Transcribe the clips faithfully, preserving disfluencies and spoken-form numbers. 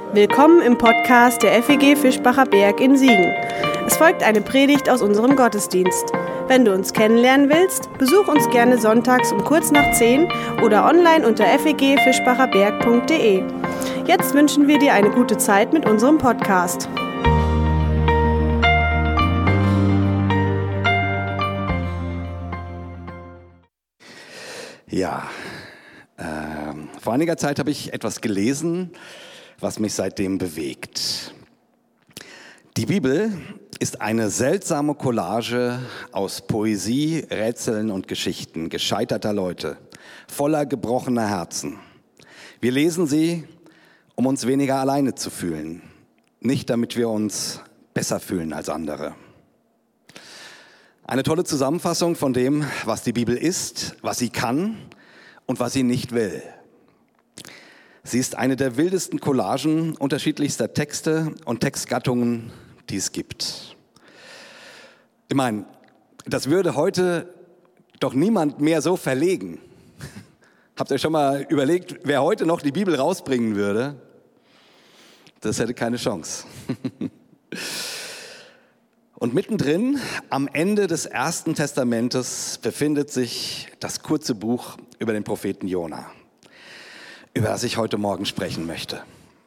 Willkommen im Podcast der F E G Fischbacher Berg in Siegen. Es folgt eine Predigt aus unserem Gottesdienst. Wenn du uns kennenlernen willst, besuch uns gerne sonntags um kurz nach zehn oder online unter f e g fischbacher berg punkt d e. Jetzt wünschen wir dir eine gute Zeit mit unserem Podcast. Ja, äh, vor einiger Zeit habe ich etwas gelesen, was mich seitdem bewegt. Die Bibel ist eine seltsame Collage aus Poesie, Rätseln und Geschichten gescheiterter Leute, voller gebrochener Herzen. Wir lesen sie, um uns weniger alleine zu fühlen, nicht damit wir uns besser fühlen als andere. Eine tolle Zusammenfassung von dem, was die Bibel ist, was sie kann und was sie nicht will. Sie ist eine der wildesten Collagen unterschiedlichster Texte und Textgattungen, die es gibt. Ich meine, das würde heute doch niemand mehr so verlegen. Habt ihr schon mal überlegt, wer heute noch die Bibel rausbringen würde? Das hätte keine Chance. Und mittendrin, am Ende des Ersten Testamentes, befindet sich das kurze Buch über den Propheten Jona, über das ich heute Morgen sprechen möchte.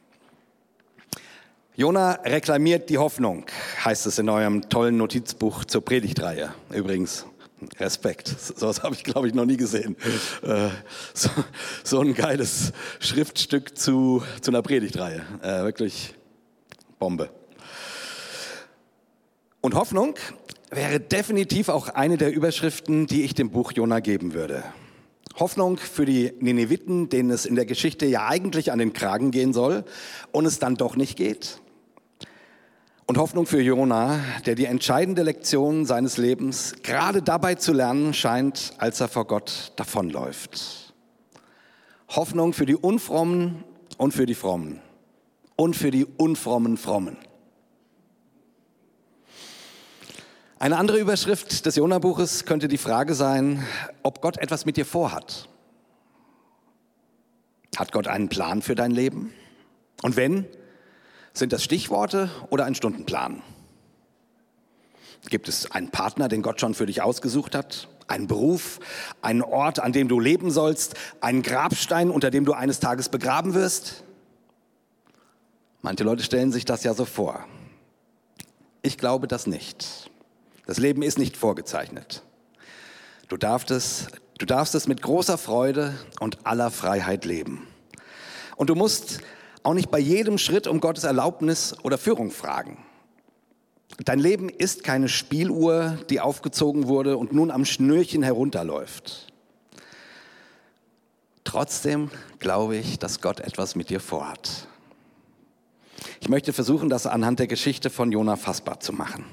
Jona reklamiert die Hoffnung, heißt es in eurem tollen Notizbuch zur Predigtreihe. Übrigens, Respekt, sowas habe ich, glaube ich, noch nie gesehen. Äh, so, so ein geiles Schriftstück zu, zu einer Predigtreihe. Äh, wirklich Bombe. Und Hoffnung wäre definitiv auch eine der Überschriften, die ich dem Buch Jona geben würde. Hoffnung für die Nineviten, denen es in der Geschichte ja eigentlich an den Kragen gehen soll und es dann doch nicht geht. Und Hoffnung für Jona, der die entscheidende Lektion seines Lebens gerade dabei zu lernen scheint, als er vor Gott davonläuft. Hoffnung für die Unfrommen und für die Frommen und für die unfrommen Frommen. Eine andere Überschrift des Jona-Buches könnte die Frage sein, ob Gott etwas mit dir vorhat. Hat Gott einen Plan für dein Leben? Und wenn, sind das Stichworte oder ein Stundenplan? Gibt es einen Partner, den Gott schon für dich ausgesucht hat? Einen Beruf, einen Ort, an dem du leben sollst? Einen Grabstein, unter dem du eines Tages begraben wirst? Manche Leute stellen sich das ja so vor. Ich glaube das nicht. Das Leben ist nicht vorgezeichnet. Du darfst es, du darfst es mit großer Freude und aller Freiheit leben. Und du musst auch nicht bei jedem Schritt um Gottes Erlaubnis oder Führung fragen. Dein Leben ist keine Spieluhr, die aufgezogen wurde und nun am Schnürchen herunterläuft. Trotzdem glaube ich, dass Gott etwas mit dir vorhat. Ich möchte versuchen, das anhand der Geschichte von Jona fassbar zu machen.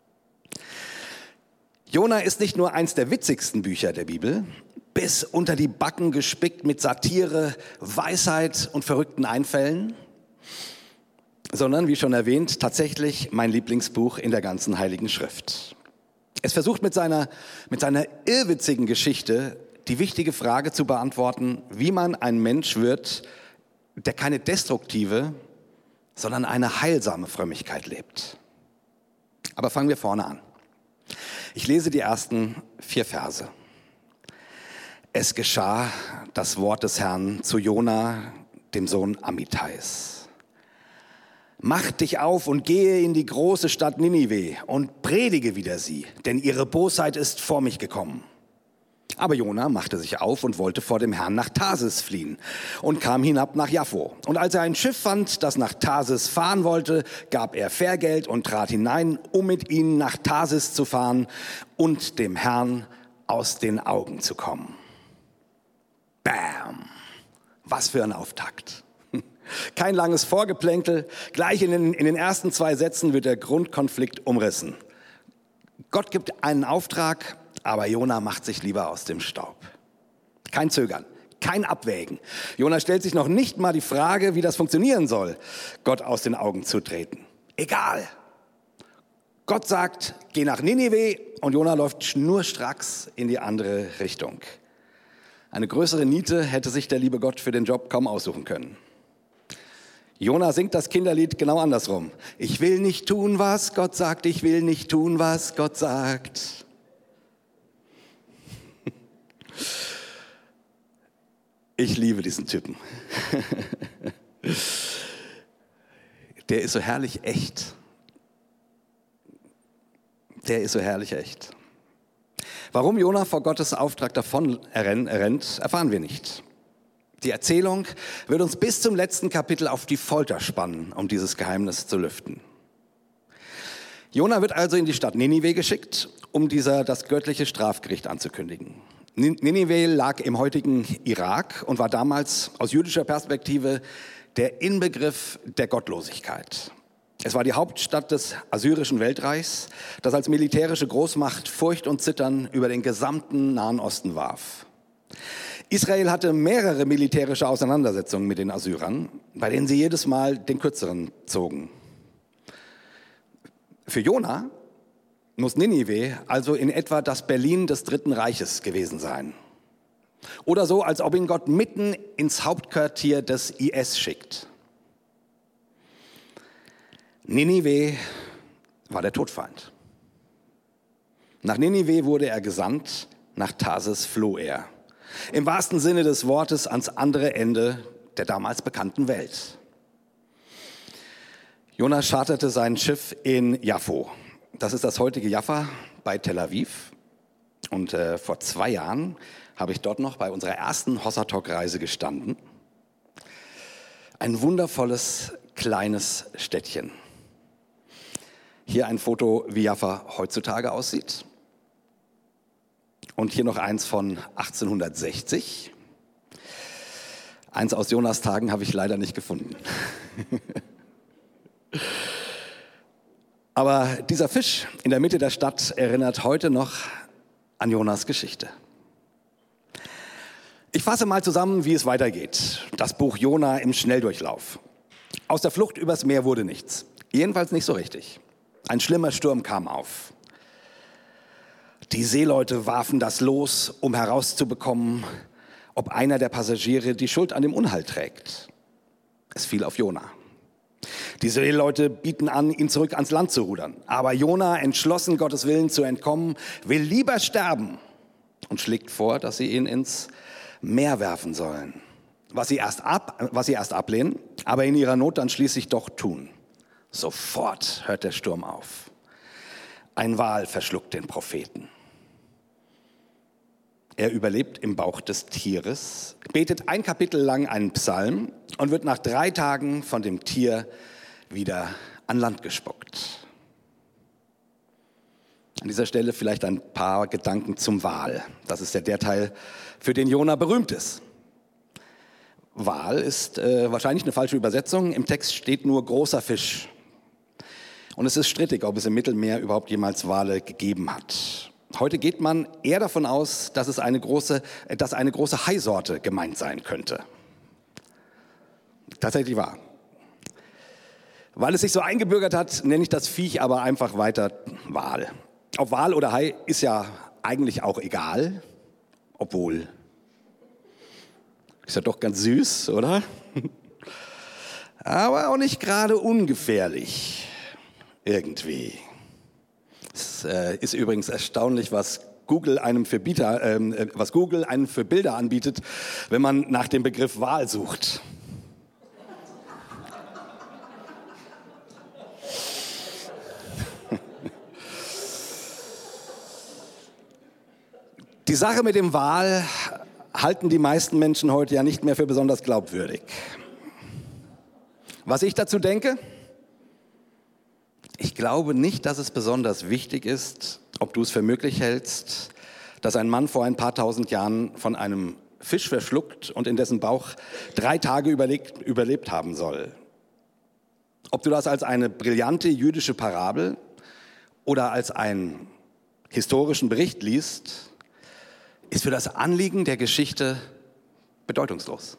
Jona ist nicht nur eins der witzigsten Bücher der Bibel, bis unter die Backen gespickt mit Satire, Weisheit und verrückten Einfällen, sondern, wie schon erwähnt, tatsächlich mein Lieblingsbuch in der ganzen Heiligen Schrift. Es versucht mit seiner, mit seiner irrwitzigen Geschichte die wichtige Frage zu beantworten, wie man ein Mensch wird, der keine destruktive, sondern eine heilsame Frömmigkeit lebt. Aber fangen wir vorne an. Ich lese die ersten vier Verse. Es geschah das Wort des Herrn zu Jona, dem Sohn Amittais. Mach dich auf und gehe in die große Stadt Ninive und predige wider sie, denn ihre Bosheit ist vor mich gekommen. Aber Jona machte sich auf und wollte vor dem Herrn nach Tarsis fliehen und kam hinab nach Jaffo. Und als er ein Schiff fand, das nach Tarsis fahren wollte, gab er Fährgeld und trat hinein, um mit ihnen nach Tarsis zu fahren und dem Herrn aus den Augen zu kommen. Bam! Was für ein Auftakt. Kein langes Vorgeplänkel. Gleich in den, in den ersten zwei Sätzen wird der Grundkonflikt umrissen. Gott gibt einen Auftrag, aber Jona macht sich lieber aus dem Staub. Kein Zögern, kein Abwägen. Jona stellt sich noch nicht mal die Frage, wie das funktionieren soll, Gott aus den Augen zu treten. Egal. Gott sagt, geh nach Ninive und Jona läuft schnurstracks in die andere Richtung. Eine größere Niete hätte sich der liebe Gott für den Job kaum aussuchen können. Jona singt das Kinderlied genau andersrum. Ich will nicht tun, was Gott sagt, ich will nicht tun, was Gott sagt. Ich liebe diesen Typen. Der ist so herrlich echt. Der ist so herrlich echt. Warum Jona vor Gottes Auftrag davon rennt, erfahren wir nicht. Die Erzählung wird uns bis zum letzten Kapitel auf die Folter spannen, um dieses Geheimnis zu lüften. Jona wird also in die Stadt Ninive geschickt, um dieser das göttliche Strafgericht anzukündigen. Ninive lag im heutigen Irak und war damals aus jüdischer Perspektive der Inbegriff der Gottlosigkeit. Es war die Hauptstadt des assyrischen Weltreichs, das als militärische Großmacht Furcht und Zittern über den gesamten Nahen Osten warf. Israel hatte mehrere militärische Auseinandersetzungen mit den Assyrern, bei denen sie jedes Mal den Kürzeren zogen. Für Jona muss Ninive also in etwa das Berlin des Dritten Reiches gewesen sein. Oder so, als ob ihn Gott mitten ins Hauptquartier des I S schickt. Ninive war der Todfeind. Nach Ninive wurde er gesandt, nach Tarsis floh er. Im wahrsten Sinne des Wortes ans andere Ende der damals bekannten Welt. Jona charterte sein Schiff in Jaffo. Das ist das heutige Jaffa bei Tel Aviv. Und äh, vor zwei Jahren habe ich dort noch bei unserer ersten Hossatalk-Reise gestanden. Ein wundervolles, kleines Städtchen. Hier ein Foto, wie Jaffa heutzutage aussieht. Und hier noch eins von achtzehnhundertsechzig. Eins aus Jonas Tagen habe ich leider nicht gefunden. Aber dieser Fisch in der Mitte der Stadt erinnert heute noch an Jonas Geschichte. Ich fasse mal zusammen, wie es weitergeht. Das Buch Jona im Schnelldurchlauf. Aus der Flucht übers Meer wurde nichts. Jedenfalls nicht so richtig. Ein schlimmer Sturm kam auf. Die Seeleute warfen das Los, um herauszubekommen, ob einer der Passagiere die Schuld an dem Unheil trägt. Es fiel auf Jona. Die Seeleute bieten an, ihn zurück ans Land zu rudern. Aber Jona, entschlossen, Gottes Willen zu entkommen, will lieber sterben und schlägt vor, dass sie ihn ins Meer werfen sollen. Was sie erst ab, was sie erst ablehnen, aber in ihrer Not dann schließlich doch tun. Sofort hört der Sturm auf. Ein Wal verschluckt den Propheten. Er überlebt im Bauch des Tieres, betet ein Kapitel lang einen Psalm und wird nach drei Tagen von dem Tier wieder an Land gespuckt. An dieser Stelle vielleicht ein paar Gedanken zum Wal. Das ist ja der Teil, für den Jona berühmt ist. Wal ist äh, wahrscheinlich eine falsche Übersetzung. Im Text steht nur großer Fisch. Und es ist strittig, ob es im Mittelmeer überhaupt jemals Wale gegeben hat. Heute geht man eher davon aus, dass es eine große, dass eine große Haisorte gemeint sein könnte. Tatsächlich wahr. Weil es sich so eingebürgert hat, nenne ich das Viech aber einfach weiter Wal. Ob Wal oder Hai ist ja eigentlich auch egal, obwohl, ist ja doch ganz süß, oder? Aber auch nicht gerade ungefährlich, irgendwie. Es äh, ist übrigens erstaunlich, was Google einem für Bieter, äh, was Google einem für Bilder anbietet, wenn man nach dem Begriff Wal sucht. Die Sache mit dem Wal halten die meisten Menschen heute ja nicht mehr für besonders glaubwürdig. Was ich dazu denke? Ich glaube nicht, dass es besonders wichtig ist, ob du es für möglich hältst, dass ein Mann vor ein paar tausend Jahren von einem Fisch verschluckt und in dessen Bauch drei Tage überlebt, überlebt haben soll. Ob du das als eine brillante jüdische Parabel oder als einen historischen Bericht liest, ist für das Anliegen der Geschichte bedeutungslos.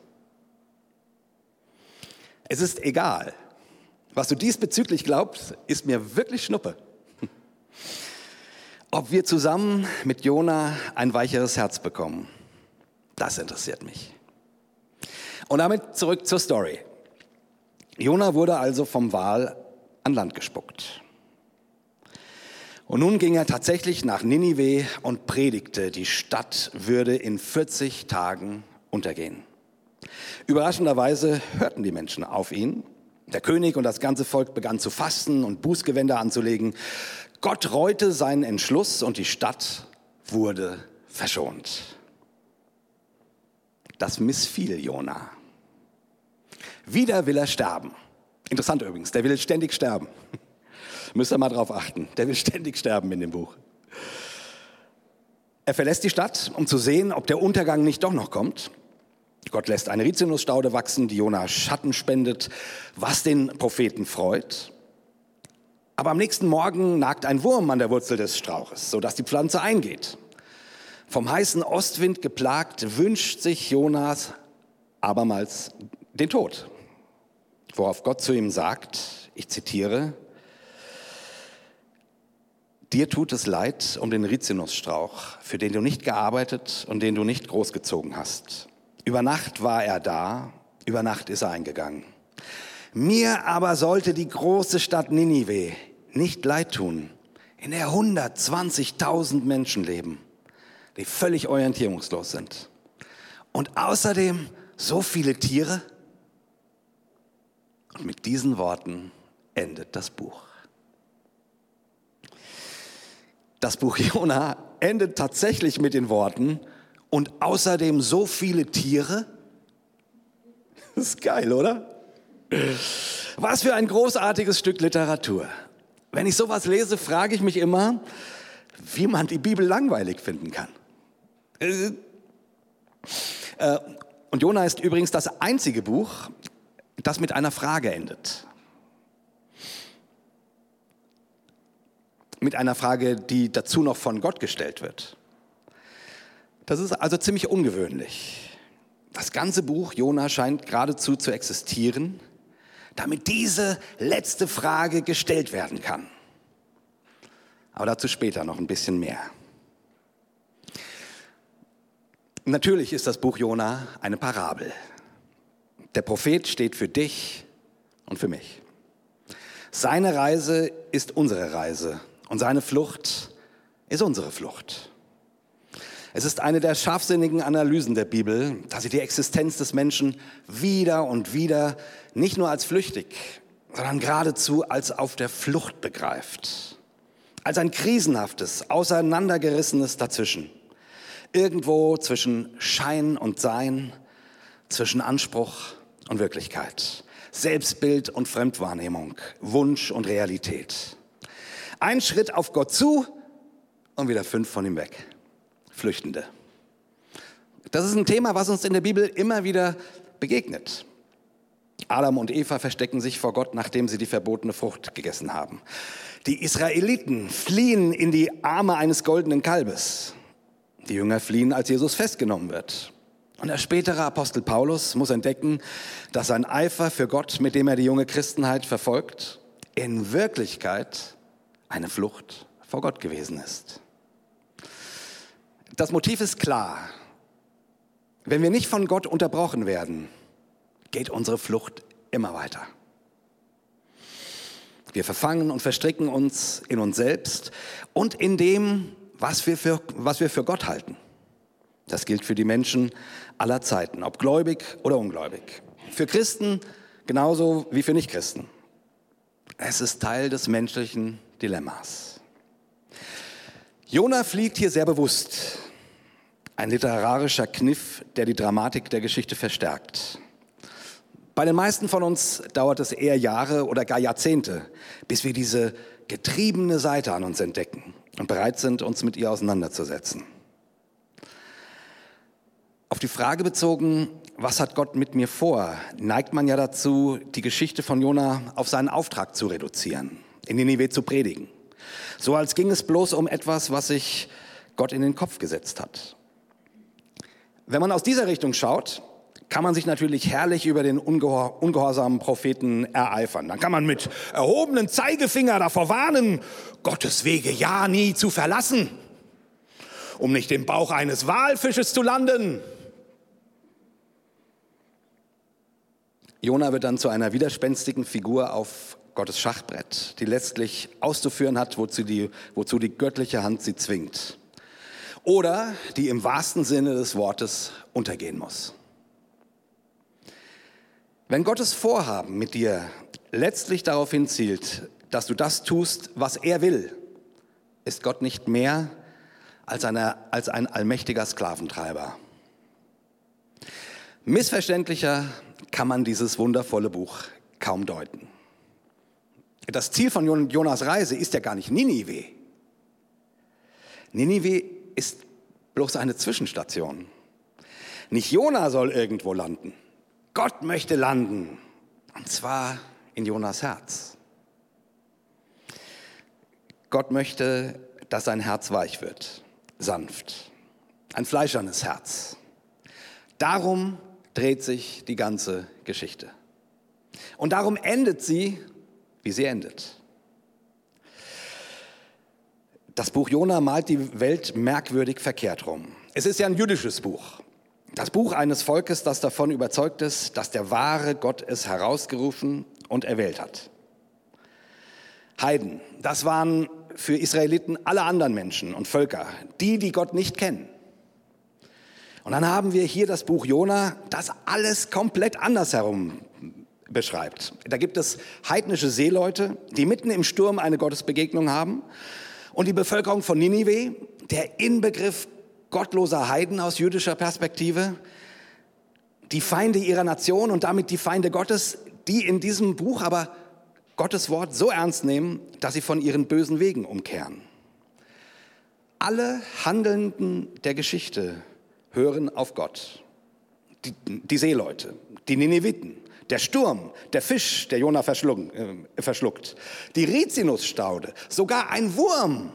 Es ist egal. Was du diesbezüglich glaubst, ist mir wirklich Schnuppe. Ob wir zusammen mit Jona ein weicheres Herz bekommen, das interessiert mich. Und damit zurück zur Story. Jona wurde also vom Wal an Land gespuckt. Und nun ging er tatsächlich nach Ninive und predigte, die Stadt würde in vierzig Tagen untergehen. Überraschenderweise hörten die Menschen auf ihn. Der König und das ganze Volk begannen zu fasten und Bußgewänder anzulegen. Gott reute seinen Entschluss und die Stadt wurde verschont. Das missfiel Jona. Wieder will er sterben. Interessant übrigens, der will ständig sterben. Müsst ihr mal drauf achten. Der will ständig sterben in dem Buch. Er verlässt die Stadt, um zu sehen, ob der Untergang nicht doch noch kommt. Gott lässt eine Rizinusstaude wachsen, die Jona Schatten spendet, was den Propheten freut. Aber am nächsten Morgen nagt ein Wurm an der Wurzel des Strauches, sodass die Pflanze eingeht. Vom heißen Ostwind geplagt wünscht sich Jonas abermals den Tod. Worauf Gott zu ihm sagt, ich zitiere, dir tut es leid um den Rizinusstrauch, für den du nicht gearbeitet und den du nicht großgezogen hast. Über Nacht war er da, über Nacht ist er eingegangen. Mir aber sollte die große Stadt Ninive nicht leid tun, in der hundertzwanzigtausend Menschen leben, die völlig orientierungslos sind. Und außerdem so viele Tiere. Und mit diesen Worten endet das Buch. Das Buch Jona endet tatsächlich mit den Worten, und außerdem so viele Tiere. Das ist geil, oder? Was für ein großartiges Stück Literatur. Wenn ich sowas lese, frage ich mich immer, wie man die Bibel langweilig finden kann. Und Jona ist übrigens das einzige Buch, das mit einer Frage endet. Mit einer Frage, die dazu noch von Gott gestellt wird. Das ist also ziemlich ungewöhnlich. Das ganze Buch Jona scheint geradezu zu existieren, damit diese letzte Frage gestellt werden kann. Aber dazu später noch ein bisschen mehr. Natürlich ist das Buch Jona eine Parabel. Der Prophet steht für dich und für mich. Seine Reise ist unsere Reise und seine Flucht ist unsere Flucht. Es ist eine der scharfsinnigen Analysen der Bibel, dass sie die Existenz des Menschen wieder und wieder nicht nur als flüchtig, sondern geradezu als auf der Flucht begreift. Als ein krisenhaftes, auseinandergerissenes Dazwischen. Irgendwo zwischen Schein und Sein, zwischen Anspruch und Wirklichkeit. Selbstbild und Fremdwahrnehmung, Wunsch und Realität. Ein Schritt auf Gott zu und wieder fünf von ihm weg. Flüchtende. Das ist ein Thema, was uns in der Bibel immer wieder begegnet. Adam und Eva verstecken sich vor Gott, nachdem sie die verbotene Frucht gegessen haben. Die Israeliten fliehen in die Arme eines goldenen Kalbes. Die Jünger fliehen, als Jesus festgenommen wird. Und der spätere Apostel Paulus muss entdecken, dass sein Eifer für Gott, mit dem er die junge Christenheit verfolgt, in Wirklichkeit eine Flucht vor Gott gewesen ist. Das Motiv ist klar. Wenn wir nicht von Gott unterbrochen werden, geht unsere Flucht immer weiter. Wir verfangen und verstricken uns in uns selbst und in dem, was wir für, was wir für Gott halten. Das gilt für die Menschen aller Zeiten, ob gläubig oder ungläubig. Für Christen genauso wie für Nichtchristen. Es ist Teil des menschlichen Dilemmas. Jona fliegt hier sehr bewusst. Ein literarischer Kniff, der die Dramatik der Geschichte verstärkt. Bei den meisten von uns dauert es eher Jahre oder gar Jahrzehnte, bis wir diese getriebene Seite an uns entdecken und bereit sind, uns mit ihr auseinanderzusetzen. Auf die Frage bezogen, was hat Gott mit mir vor, neigt man ja dazu, die Geschichte von Jona auf seinen Auftrag zu reduzieren, in Ninive zu predigen. So als ging es bloß um etwas, was sich Gott in den Kopf gesetzt hat. Wenn man aus dieser Richtung schaut, kann man sich natürlich herrlich über den ungehor- ungehorsamen Propheten ereifern. Dann kann man mit erhobenen Zeigefinger davor warnen, Gottes Wege ja nie zu verlassen, um nicht im Bauch eines Walfisches zu landen. Jona wird dann zu einer widerspenstigen Figur auf Gottes Schachbrett, die letztlich auszuführen hat, wozu die, wozu die göttliche Hand sie zwingt. Oder die im wahrsten Sinne des Wortes untergehen muss. Wenn Gottes Vorhaben mit dir letztlich darauf hinzielt, dass du das tust, was er will, ist Gott nicht mehr als, eine, als ein allmächtiger Sklaventreiber. Missverständlicher kann man dieses wundervolle Buch kaum deuten. Das Ziel von Jonas Reise ist ja gar nicht Ninive. Ninive ist bloß eine Zwischenstation. Nicht Jona soll irgendwo landen. Gott möchte landen. Und zwar in Jonas Herz. Gott möchte, dass sein Herz weich wird, sanft. Ein fleischernes Herz. Darum dreht sich die ganze Geschichte. Und darum endet sie, wie sie endet. Das Buch Jona malt die Welt merkwürdig verkehrt rum. Es ist ja ein jüdisches Buch. Das Buch eines Volkes, das davon überzeugt ist, dass der wahre Gott es herausgerufen und erwählt hat. Heiden, das waren für Israeliten alle anderen Menschen und Völker, die, die Gott nicht kennen. Und dann haben wir hier das Buch Jona, das alles komplett andersherum beschreibt. Da gibt es heidnische Seeleute, die mitten im Sturm eine Gottesbegegnung haben. Und die Bevölkerung von Ninive, der Inbegriff gottloser Heiden aus jüdischer Perspektive, die Feinde ihrer Nation und damit die Feinde Gottes, die in diesem Buch aber Gottes Wort so ernst nehmen, dass sie von ihren bösen Wegen umkehren. Alle Handelnden der Geschichte hören auf Gott. Die, die Seeleute, die Nineviten, der Sturm, der Fisch, der Jona verschluckt, äh, verschluckt, die Rizinusstaude, sogar ein Wurm.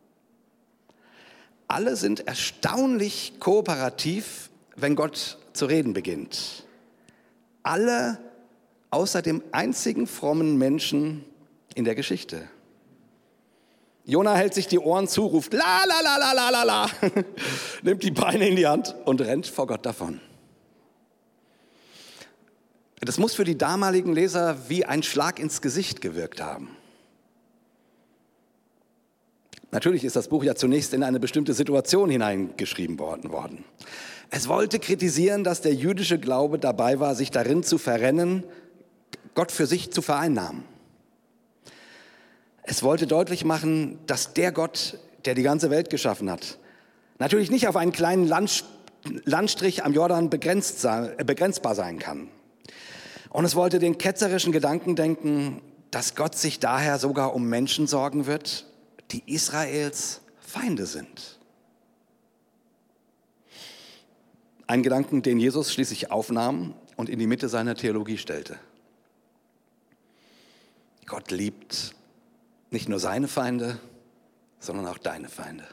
Alle sind erstaunlich kooperativ, wenn Gott zu reden beginnt. Alle außer dem einzigen frommen Menschen in der Geschichte. Jona hält sich die Ohren zu, ruft la la la la la la la, nimmt die Beine in die Hand und rennt vor Gott davon. Das muss für die damaligen Leser wie ein Schlag ins Gesicht gewirkt haben. Natürlich ist das Buch ja zunächst in eine bestimmte Situation hineingeschrieben worden. Es wollte kritisieren, dass der jüdische Glaube dabei war, sich darin zu verrennen, Gott für sich zu vereinnahmen. Es wollte deutlich machen, dass der Gott, der die ganze Welt geschaffen hat, natürlich nicht auf einen kleinen Land, Landstrich am Jordan begrenzt, begrenzbar sein kann. Und es wollte den ketzerischen Gedanken denken, dass Gott sich daher sogar um Menschen sorgen wird, die Israels Feinde sind. Ein Gedanken, den Jesus schließlich aufnahm und in die Mitte seiner Theologie stellte. Gott liebt nicht nur seine Feinde, sondern auch deine Feinde.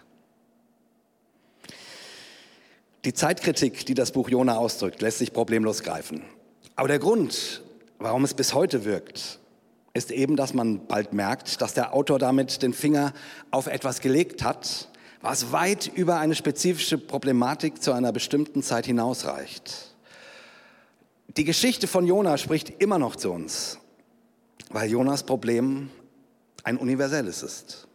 Die Zeitkritik, die das Buch Jona ausdrückt, lässt sich problemlos greifen. Aber der Grund, warum es bis heute wirkt, ist eben, dass man bald merkt, dass der Autor damit den Finger auf etwas gelegt hat, was weit über eine spezifische Problematik zu einer bestimmten Zeit hinausreicht. Die Geschichte von Jona spricht immer noch zu uns, weil Jonas Problem ein universelles ist.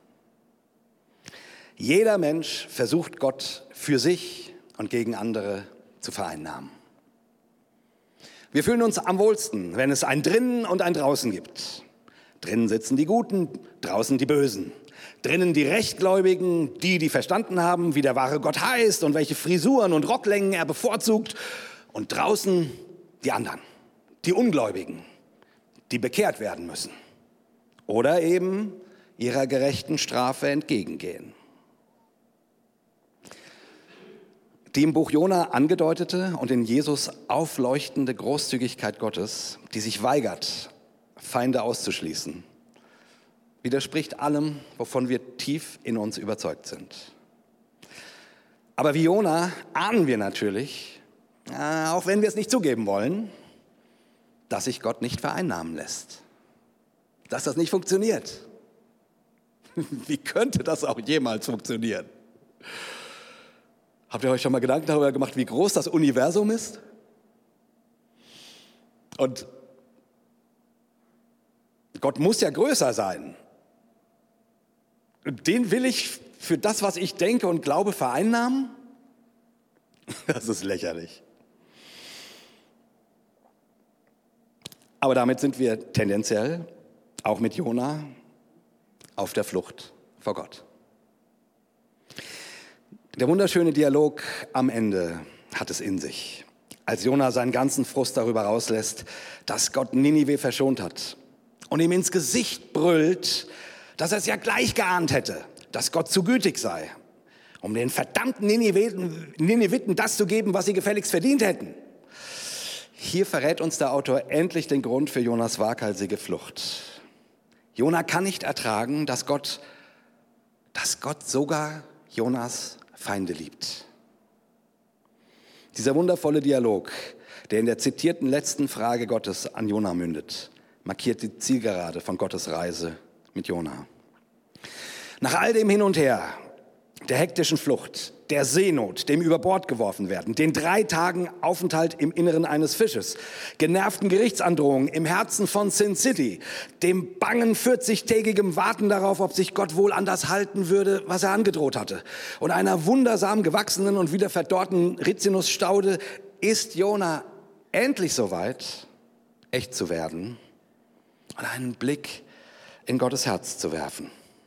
Jeder Mensch versucht Gott für sich und gegen andere zu vereinnahmen. Wir fühlen uns am wohlsten, wenn es ein Drinnen und ein Draußen gibt. Drinnen sitzen die Guten, draußen die Bösen. Drinnen die Rechtgläubigen, die, die verstanden haben, wie der wahre Gott heißt und welche Frisuren und Rocklängen er bevorzugt. Und draußen die anderen, die Ungläubigen, die bekehrt werden müssen. Oder eben ihrer gerechten Strafe entgegengehen. Die im Buch Jona angedeutete und in Jesus aufleuchtende Großzügigkeit Gottes, die sich weigert, Feinde auszuschließen, widerspricht allem, wovon wir tief in uns überzeugt sind. Aber wie Jona ahnen wir natürlich, auch wenn wir es nicht zugeben wollen, dass sich Gott nicht vereinnahmen lässt. Dass das nicht funktioniert. Wie könnte das auch jemals funktionieren? Habt ihr euch schon mal Gedanken darüber gemacht, wie groß das Universum ist? Und Gott muss ja größer sein. Den will ich für das, was ich denke und glaube, vereinnahmen? Das ist lächerlich. Aber damit sind wir tendenziell, auch mit Jona, auf der Flucht vor Gott. Der wunderschöne Dialog am Ende hat es in sich, als Jona seinen ganzen Frust darüber rauslässt, dass Gott Ninive verschont hat und ihm ins Gesicht brüllt, dass er es ja gleich geahnt hätte, dass Gott zu gütig sei, um den verdammten Niniviten, Niniviten das zu geben, was sie gefälligst verdient hätten. Hier verrät uns der Autor endlich den Grund für Jonas waghalsige Flucht. Jona kann nicht ertragen, dass Gott, dass Gott sogar Jonas Feinde liebt. Dieser wundervolle Dialog, der in der zitierten letzten Frage Gottes an Jona mündet, markiert die Zielgerade von Gottes Reise mit Jona. Nach all dem Hin und Her, der hektischen Flucht, der Seenot, dem über Bord geworfen werden, den drei Tagen Aufenthalt im Inneren eines Fisches, genervten Gerichtsandrohungen im Herzen von Sin City, dem bangen vierzigtägigen Warten darauf, ob sich Gott wohl an das halten würde, was er angedroht hatte, und einer wundersam gewachsenen und wieder verdorrten Rizinusstaude, ist Jona endlich soweit, echt zu werden und einen Blick in Gottes Herz zu werfen.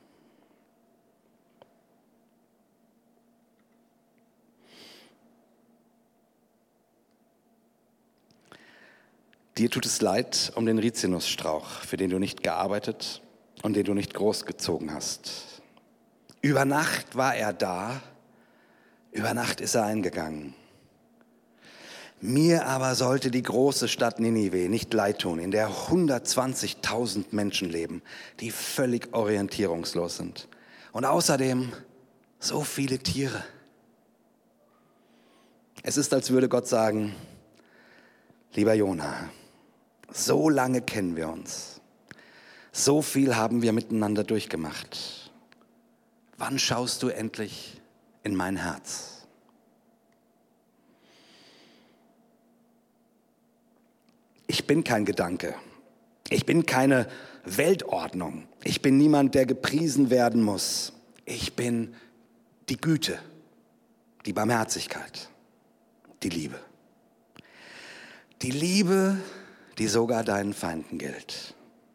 Dir tut es leid um den Rizinusstrauch, für den du nicht gearbeitet und den du nicht großgezogen hast. Über Nacht war er da, über Nacht ist er eingegangen. Mir aber sollte die große Stadt Ninive nicht leid tun, in der hundertzwanzigtausend Menschen leben, die völlig orientierungslos sind. Und außerdem so viele Tiere. Es ist, als würde Gott sagen, lieber Jona, so lange kennen wir uns. So viel haben wir miteinander durchgemacht. Wann schaust du endlich in mein Herz? Ich bin kein Gedanke. Ich bin keine Weltordnung. Ich bin niemand, der gepriesen werden muss. Ich bin die Güte, die Barmherzigkeit, die Liebe. Die Liebe, die sogar deinen Feinden gilt.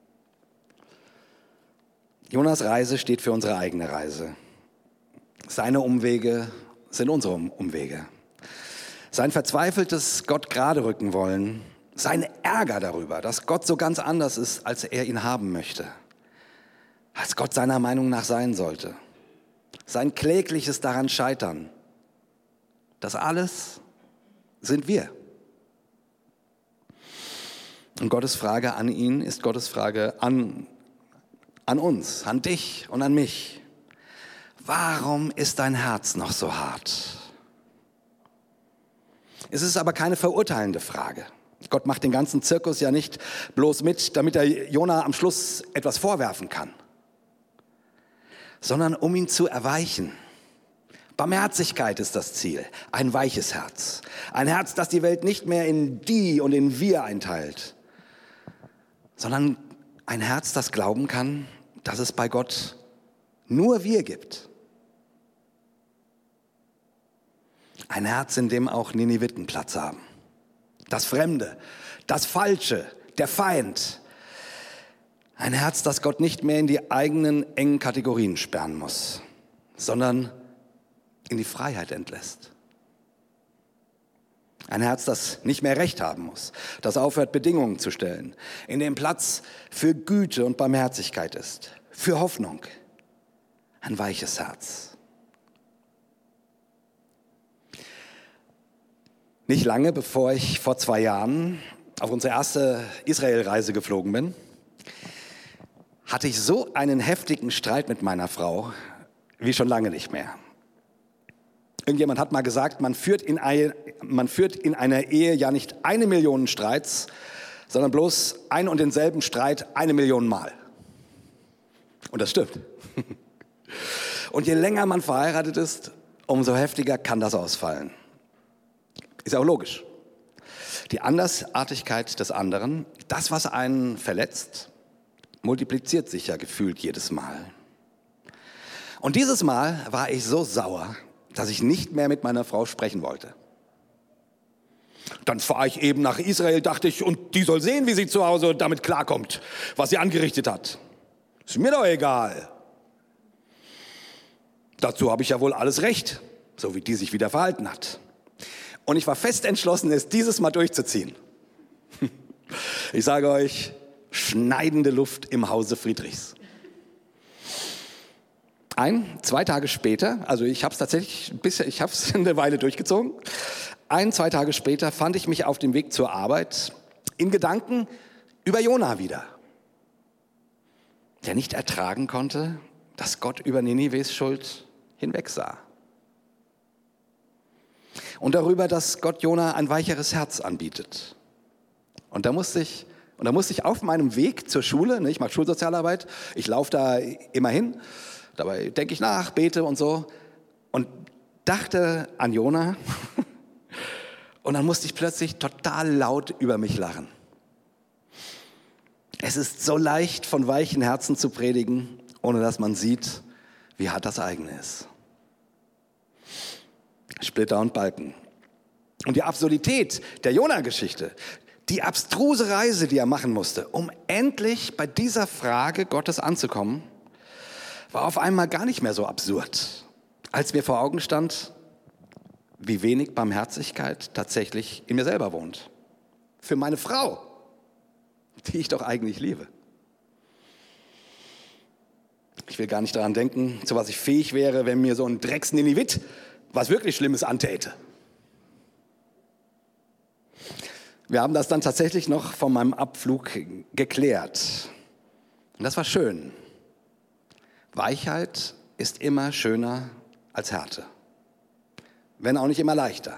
Jonas Reise steht für unsere eigene Reise. Seine Umwege sind unsere Umwege. Sein verzweifeltes Gott gerade rücken wollen, sein Ärger darüber, dass Gott so ganz anders ist, als er ihn haben möchte, als Gott seiner Meinung nach sein sollte. Sein klägliches daran Scheitern, das alles sind wir. Und Gottes Frage an ihn ist Gottes Frage an, an uns, an dich und an mich. Warum ist dein Herz noch so hart? Es ist aber keine verurteilende Frage. Gott macht den ganzen Zirkus ja nicht bloß mit, damit er Jona am Schluss etwas vorwerfen kann, sondern um ihn zu erweichen. Barmherzigkeit ist das Ziel, ein weiches Herz. Ein Herz, das die Welt nicht mehr in die und in wir einteilt, sondern ein Herz, das glauben kann, dass es bei Gott nur wir gibt. Ein Herz, in dem auch Niniviten Platz haben. Das Fremde, das Falsche, der Feind. Ein Herz, das Gott nicht mehr in die eigenen engen Kategorien sperren muss, sondern in die Freiheit entlässt. Ein Herz, das nicht mehr Recht haben muss, das aufhört, Bedingungen zu stellen, in dem Platz für Güte und Barmherzigkeit ist, für Hoffnung. Ein weiches Herz. Nicht lange bevor ich vor zwei Jahren auf unsere erste Israel-Reise geflogen bin, hatte ich so einen heftigen Streit mit meiner Frau wie schon lange nicht mehr. Irgendjemand hat mal gesagt, man führt in, eine, man führt in einer Ehe ja nicht eine Million Streits, sondern bloß ein und denselben Streit eine Million Mal. Und das stimmt. Und je länger man verheiratet ist, umso heftiger kann das ausfallen. Ist auch logisch. Die Andersartigkeit des anderen, das, was einen verletzt, multipliziert sich ja gefühlt jedes Mal. Und dieses Mal war ich so sauer, dass ich nicht mehr mit meiner Frau sprechen wollte. Dann fahre ich eben nach Israel, dachte ich, und die soll sehen, wie sie zu Hause damit klarkommt, was sie angerichtet hat. Ist mir doch egal. Dazu habe ich ja wohl alles recht, so wie die sich wieder verhalten hat. Und ich war fest entschlossen, es dieses Mal durchzuziehen. Ich sage euch, schneidende Luft im Hause Friedrichs. Ein, zwei Tage später, also ich habe es tatsächlich, bisher, ich habe es eine Weile durchgezogen. Ein, zwei Tage später fand ich mich auf dem Weg zur Arbeit in Gedanken über Jona wieder, der nicht ertragen konnte, dass Gott über Ninives Schuld hinwegsah. Und darüber, dass Gott Jona ein weicheres Herz anbietet. Und da musste ich, und da musste ich auf meinem Weg zur Schule, ne, ich mache Schulsozialarbeit, ich laufe da immer hin, dabei denke ich nach, bete und so und dachte an Jona und dann musste ich plötzlich total laut über mich lachen. Es ist so leicht, von weichen Herzen zu predigen, ohne dass man sieht, wie hart das eigene ist. Splitter und Balken. Und die Absurdität der Jona-Geschichte, die abstruse Reise, die er machen musste, um endlich bei dieser Frage Gottes anzukommen, war auf einmal gar nicht mehr so absurd, als mir vor Augen stand, wie wenig Barmherzigkeit tatsächlich in mir selber wohnt. Für meine Frau, die ich doch eigentlich liebe. Ich will gar nicht daran denken, zu was ich fähig wäre, wenn mir so ein Drecks-Ninivit was wirklich Schlimmes antäte. Wir haben das dann tatsächlich noch von meinem Abflug geklärt. Und das war schön. Weichheit ist immer schöner als Härte. Wenn auch nicht immer leichter.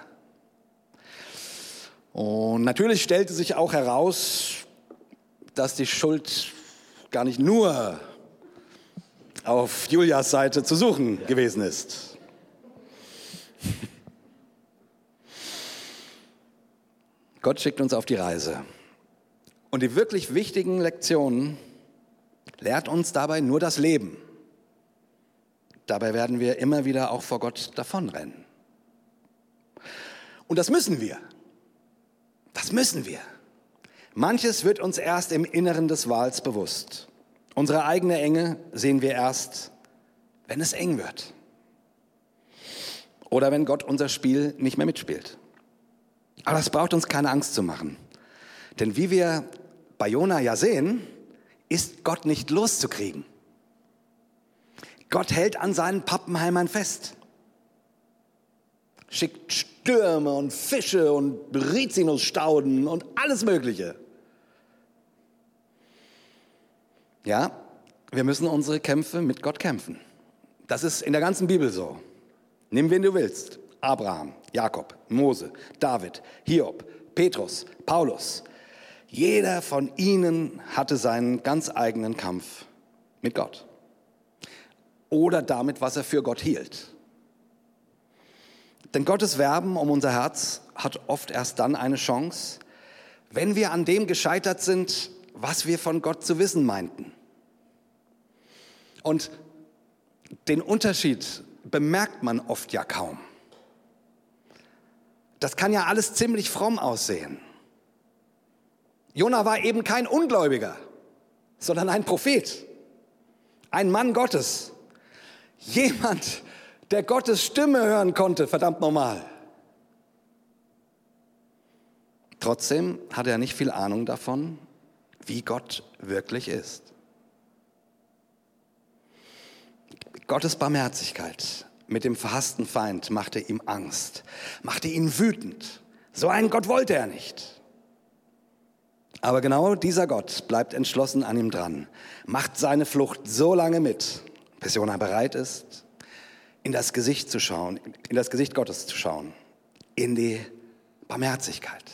Und natürlich stellte sich auch heraus, dass die Schuld gar nicht nur auf Julias Seite zu suchen gewesen ist. Gott schickt uns auf die Reise. Und die wirklich wichtigen Lektionen lehrt uns dabei nur das Leben. Dabei werden wir immer wieder auch vor Gott davonrennen. Und das müssen wir. Das müssen wir. Manches wird uns erst im Inneren des Wals bewusst. Unsere eigene Enge sehen wir erst, wenn es eng wird. Oder wenn Gott unser Spiel nicht mehr mitspielt. Aber das braucht uns keine Angst zu machen. Denn wie wir bei Jona ja sehen, ist Gott nicht loszukriegen. Gott hält an seinen Pappenheimern fest. Schickt Stürme und Fische und Rizinusstauden und alles Mögliche. Ja, wir müssen unsere Kämpfe mit Gott kämpfen. Das ist in der ganzen Bibel so. Nimm, wen du willst. Abraham, Jakob, Mose, David, Hiob, Petrus, Paulus. Jeder von ihnen hatte seinen ganz eigenen Kampf mit Gott. Oder damit, was er für Gott hielt. Denn Gottes Werben um unser Herz hat oft erst dann eine Chance, wenn wir an dem gescheitert sind, was wir von Gott zu wissen meinten. Und den Unterschied bemerkt man oft ja kaum. Das kann ja alles ziemlich fromm aussehen. Jona war eben kein Ungläubiger, sondern ein Prophet, ein Mann Gottes, jemand, der Gottes Stimme hören konnte, verdammt normal. Trotzdem hatte er nicht viel Ahnung davon, wie Gott wirklich ist. Gottes Barmherzigkeit mit dem verhassten Feind machte ihm Angst, machte ihn wütend. So einen Gott wollte er nicht. Aber genau dieser Gott bleibt entschlossen an ihm dran, macht seine Flucht so lange mit, bis Jona bereit ist, in das Gesicht zu schauen, in das Gesicht Gottes zu schauen, in die Barmherzigkeit.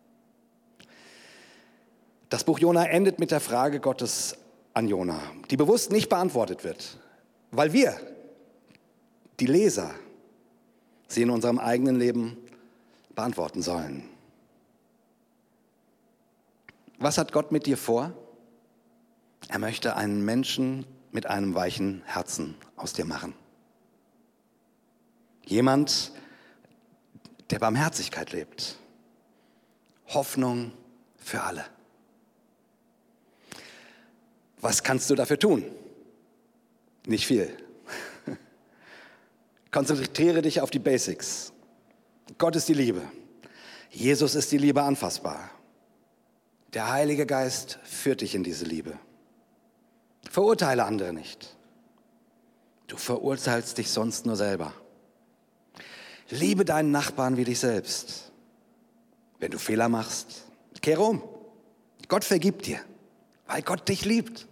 Das Buch Jona endet mit der Frage Gottes an Jona, die bewusst nicht beantwortet wird, weil wir, die Leser, sie in unserem eigenen Leben beantworten sollen. Was hat Gott mit dir vor? Er möchte einen Menschen mit einem weichen Herzen aus dir machen. Jemand, der Barmherzigkeit lebt. Hoffnung für alle. Was kannst du dafür tun? Nicht viel. Konzentriere dich auf die Basics. Gott ist die Liebe. Jesus ist die Liebe anfassbar. Der Heilige Geist führt dich in diese Liebe. Verurteile andere nicht. Du verurteilst dich sonst nur selber. Liebe deinen Nachbarn wie dich selbst. Wenn du Fehler machst, kehre um. Gott vergibt dir, weil Gott dich liebt.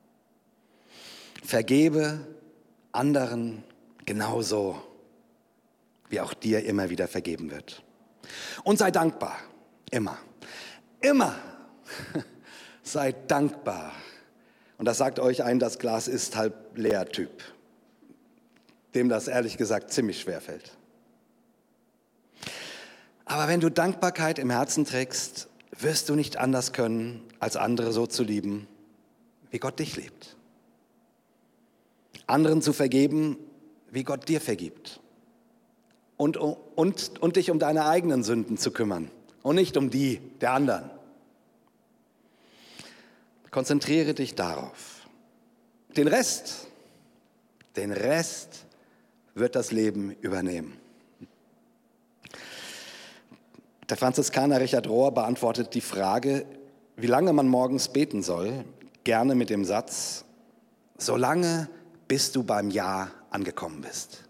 Vergebe anderen genauso, wie auch dir immer wieder vergeben wird. Und sei dankbar, immer, immer sei dankbar. Und das sagt euch ein, das Glas ist halb leer Typ, dem das ehrlich gesagt ziemlich schwer fällt. Aber wenn du Dankbarkeit im Herzen trägst, wirst du nicht anders können, als andere so zu lieben, wie Gott dich liebt. Anderen zu vergeben, wie Gott dir vergibt. Und, und, und dich um deine eigenen Sünden zu kümmern und nicht um die der anderen. Konzentriere dich darauf. Den Rest, den Rest wird das Leben übernehmen. Der Franziskaner Richard Rohr beantwortet die Frage, wie lange man morgens beten soll, gerne mit dem Satz, solange bis du beim Ja angekommen bist.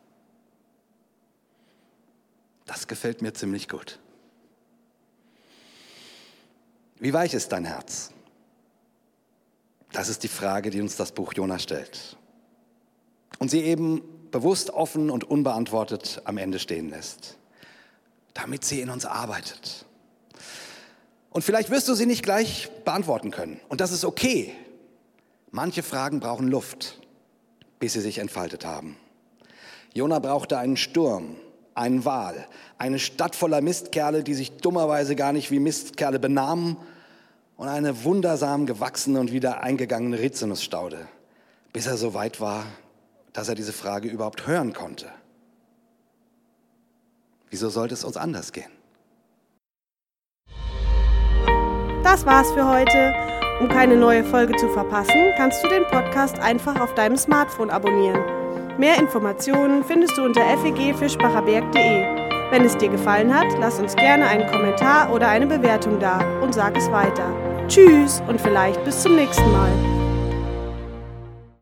Das gefällt mir ziemlich gut. Wie weich ist dein Herz? Das ist die Frage, die uns das Buch Jona stellt. Und sie eben bewusst offen und unbeantwortet am Ende stehen lässt, damit sie in uns arbeitet. Und vielleicht wirst du sie nicht gleich beantworten können. Und das ist okay. Manche Fragen brauchen Luft, bis sie sich entfaltet haben. Jona brauchte einen Sturm, einen Wal, eine Stadt voller Mistkerle, die sich dummerweise gar nicht wie Mistkerle benahmen, und eine wundersam gewachsene und wieder eingegangene Rizinusstaude, bis er so weit war, dass er diese Frage überhaupt hören konnte. Wieso sollte es uns anders gehen? Das war's für heute. Um keine neue Folge zu verpassen, kannst du den Podcast einfach auf deinem Smartphone abonnieren. Mehr Informationen findest du unter f e g fischbacherberg punkt de. Wenn es dir gefallen hat, lass uns gerne einen Kommentar oder eine Bewertung da und sag es weiter. Tschüss und vielleicht bis zum nächsten Mal.